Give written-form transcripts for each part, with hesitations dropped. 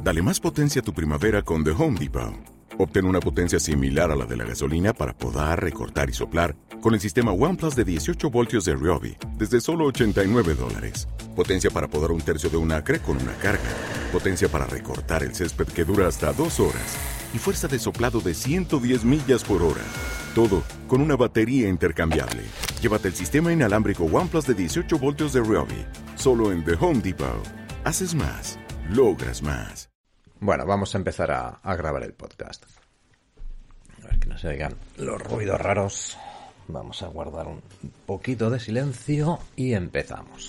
Dale más potencia a tu primavera con The Home Depot. Obtén una potencia similar a la de la gasolina para podar, recortar y soplar con el sistema OnePlus de 18 voltios de Ryobi desde solo $89. Potencia para podar un tercio de un acre con una carga. Potencia para recortar el césped que dura hasta 2 horas. Y fuerza de soplado de 110 millas por hora. Todo con una batería intercambiable. Llévate el sistema inalámbrico OnePlus de 18 voltios de Ryobi. Solo en The Home Depot. Haces más. Logras más. Bueno, vamos a empezar a grabar el podcast. A ver que no se oigan los ruidos raros. Vamos a guardar un poquito de silencio y empezamos.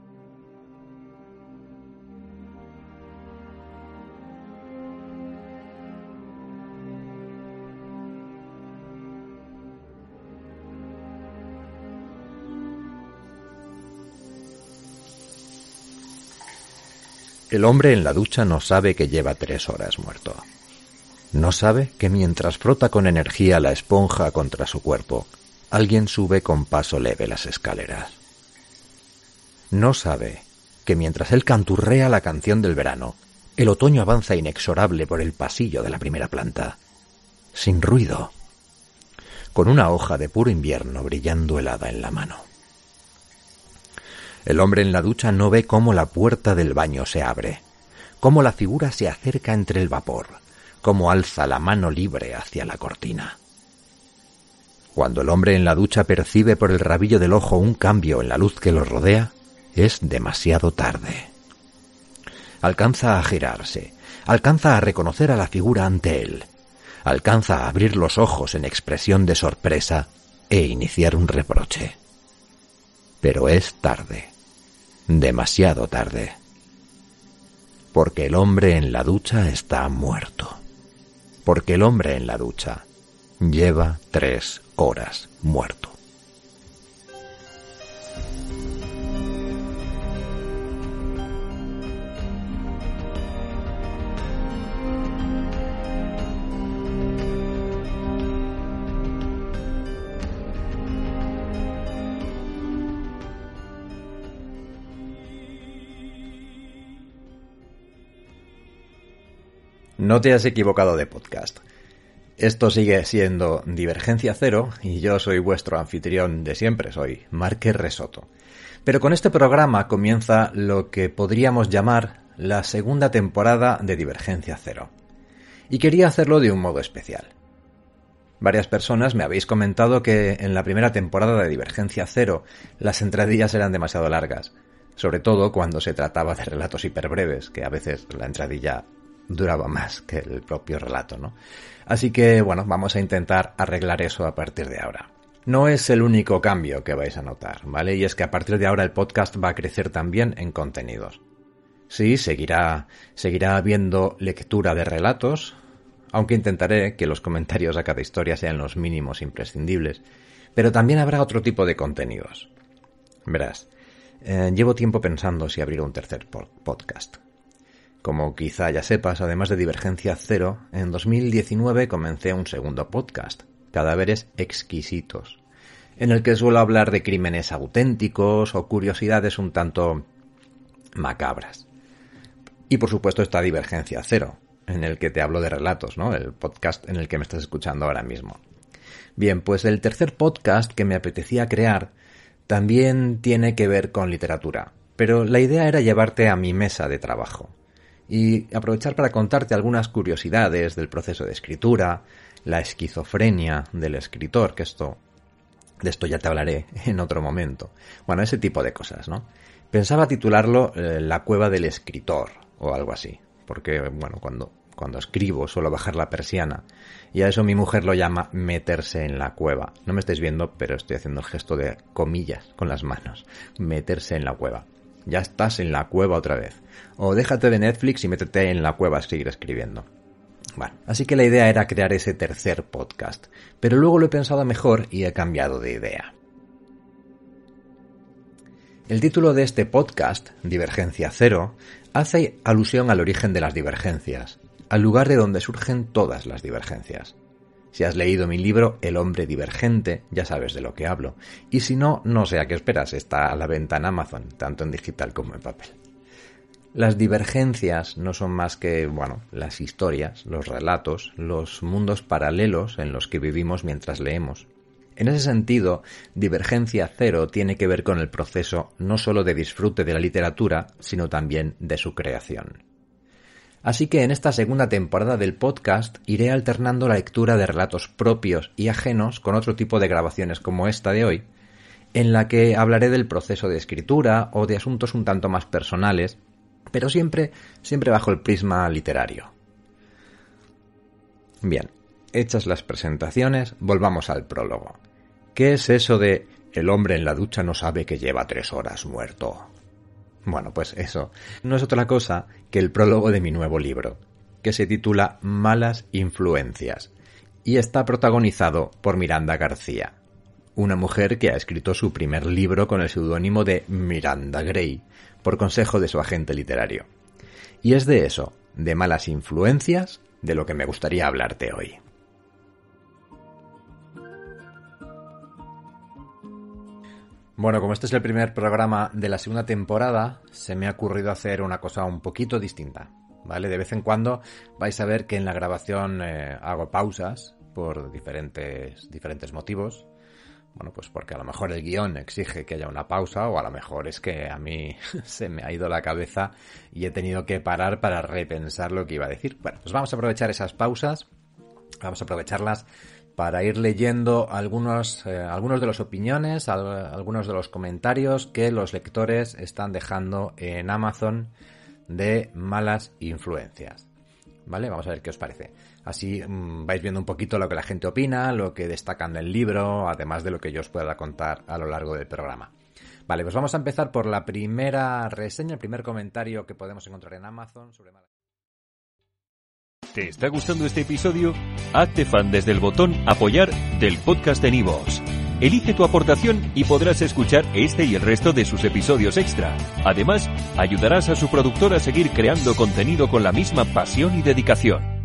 El hombre en la ducha no sabe que lleva 3 horas muerto. No sabe que mientras frota con energía la esponja contra su cuerpo, alguien sube con paso leve las escaleras. No sabe que mientras él canturrea la canción del verano, el otoño avanza inexorable por el pasillo de la primera planta, sin ruido, con una hoja de puro invierno brillando helada en la mano. El hombre en la ducha no ve cómo la puerta del baño se abre, cómo la figura se acerca entre el vapor, cómo alza la mano libre hacia la cortina. Cuando el hombre en la ducha percibe por el rabillo del ojo un cambio en la luz que lo rodea, es demasiado tarde. Alcanza a girarse, alcanza a reconocer a la figura ante él, alcanza a abrir los ojos en expresión de sorpresa e iniciar un reproche. Pero es tarde, demasiado tarde, porque el hombre en la ducha está muerto, porque el hombre en la ducha lleva 3 horas muerto. No te has equivocado de podcast. Esto sigue siendo Divergencia Cero y yo soy vuestro anfitrión de siempre, soy Márquez Resoto. Pero con este programa comienza lo que podríamos llamar la segunda temporada de Divergencia Cero. Y quería hacerlo de un modo especial. Varias personas me habéis comentado que en la primera temporada de Divergencia Cero las entradillas eran demasiado largas, sobre todo cuando se trataba de relatos hiperbreves, que a veces la entradilla duraba más que el propio relato, ¿no? Así que, bueno, vamos a intentar arreglar eso a partir de ahora. No es el único cambio que vais a notar, ¿vale? Y es que a partir de ahora el podcast va a crecer también en contenidos. Sí, seguirá habiendo lectura de relatos, aunque intentaré que los comentarios a cada historia sean los mínimos imprescindibles, pero también habrá otro tipo de contenidos. Verás, llevo tiempo pensando si abrir un tercer podcast. Como quizá ya sepas, además de Divergencia Cero, en 2019 comencé un segundo podcast, Cadáveres Exquisitos, en el que suelo hablar de crímenes auténticos o curiosidades un tanto macabras. Y por supuesto está Divergencia Cero, en el que te hablo de relatos, ¿no? El podcast en el que me estás escuchando ahora mismo. Bien, pues el tercer podcast que me apetecía crear también tiene que ver con literatura, pero la idea era llevarte a mi mesa de trabajo y aprovechar para contarte algunas curiosidades del proceso de escritura, la esquizofrenia del escritor, que de esto ya te hablaré en otro momento. Bueno, ese tipo de cosas, ¿no? Pensaba titularlo La cueva del escritor o algo así, porque, bueno, cuando escribo suelo bajar la persiana y a eso mi mujer lo llama meterse en la cueva. No me estáis viendo, pero estoy haciendo el gesto de comillas con las manos. Meterse en la cueva. Ya estás en la cueva otra vez. O déjate de Netflix y métete en la cueva a seguir escribiendo. Bueno, así que la idea era crear ese tercer podcast, pero luego lo he pensado mejor y he cambiado de idea. El título de este podcast, Divergencia Cero, hace alusión al origen de las divergencias, al lugar de donde surgen todas las divergencias. Si has leído mi libro El hombre divergente, ya sabes de lo que hablo. Y si no, no sé a qué esperas, está a la venta en Amazon, tanto en digital como en papel. Las divergencias no son más que, las historias, los relatos, los mundos paralelos en los que vivimos mientras leemos. En ese sentido, Divergencia Cero tiene que ver con el proceso no solo de disfrute de la literatura, sino también de su creación. Así que en esta segunda temporada del podcast iré alternando la lectura de relatos propios y ajenos con otro tipo de grabaciones como esta de hoy, en la que hablaré del proceso de escritura o de asuntos un tanto más personales, pero siempre bajo el prisma literario. Bien, hechas las presentaciones, volvamos al prólogo. ¿Qué es eso de el hombre en la ducha no sabe que lleva 3 horas muerto? Bueno, pues eso no es otra cosa que el prólogo de mi nuevo libro, que se titula Malas influencias, y está protagonizado por Miranda García, una mujer que ha escrito su primer libro con el seudónimo de Miranda Gray, por consejo de su agente literario. Y es de eso, de malas influencias, de lo que me gustaría hablarte hoy. Bueno, como este es el primer programa de la segunda temporada, se me ha ocurrido hacer una cosa un poquito distinta, ¿vale? De vez en cuando vais a ver que en la grabación hago pausas por diferentes motivos. Bueno, pues porque a lo mejor el guión exige que haya una pausa, o a lo mejor es que a mí se me ha ido la cabeza y he tenido que parar para repensar lo que iba a decir. Bueno, pues vamos a aprovechar esas pausas, vamos a aprovecharlas para ir leyendo algunos de las opiniones, algunos de los comentarios que los lectores están dejando en Amazon de malas influencias. ¿Vale? Vamos a ver qué os parece. Así vais viendo un poquito lo que la gente opina, lo que destacan del libro, además de lo que yo os pueda contar a lo largo del programa. Vale, pues vamos a empezar por la primera reseña, el primer comentario que podemos encontrar en Amazon sobre malas. ¿Te está gustando este episodio? Hazte fan desde el botón Apoyar del podcast de Nivos. Elige tu aportación y podrás escuchar este y el resto de sus episodios extra. Además, ayudarás a su productor a seguir creando contenido con la misma pasión y dedicación.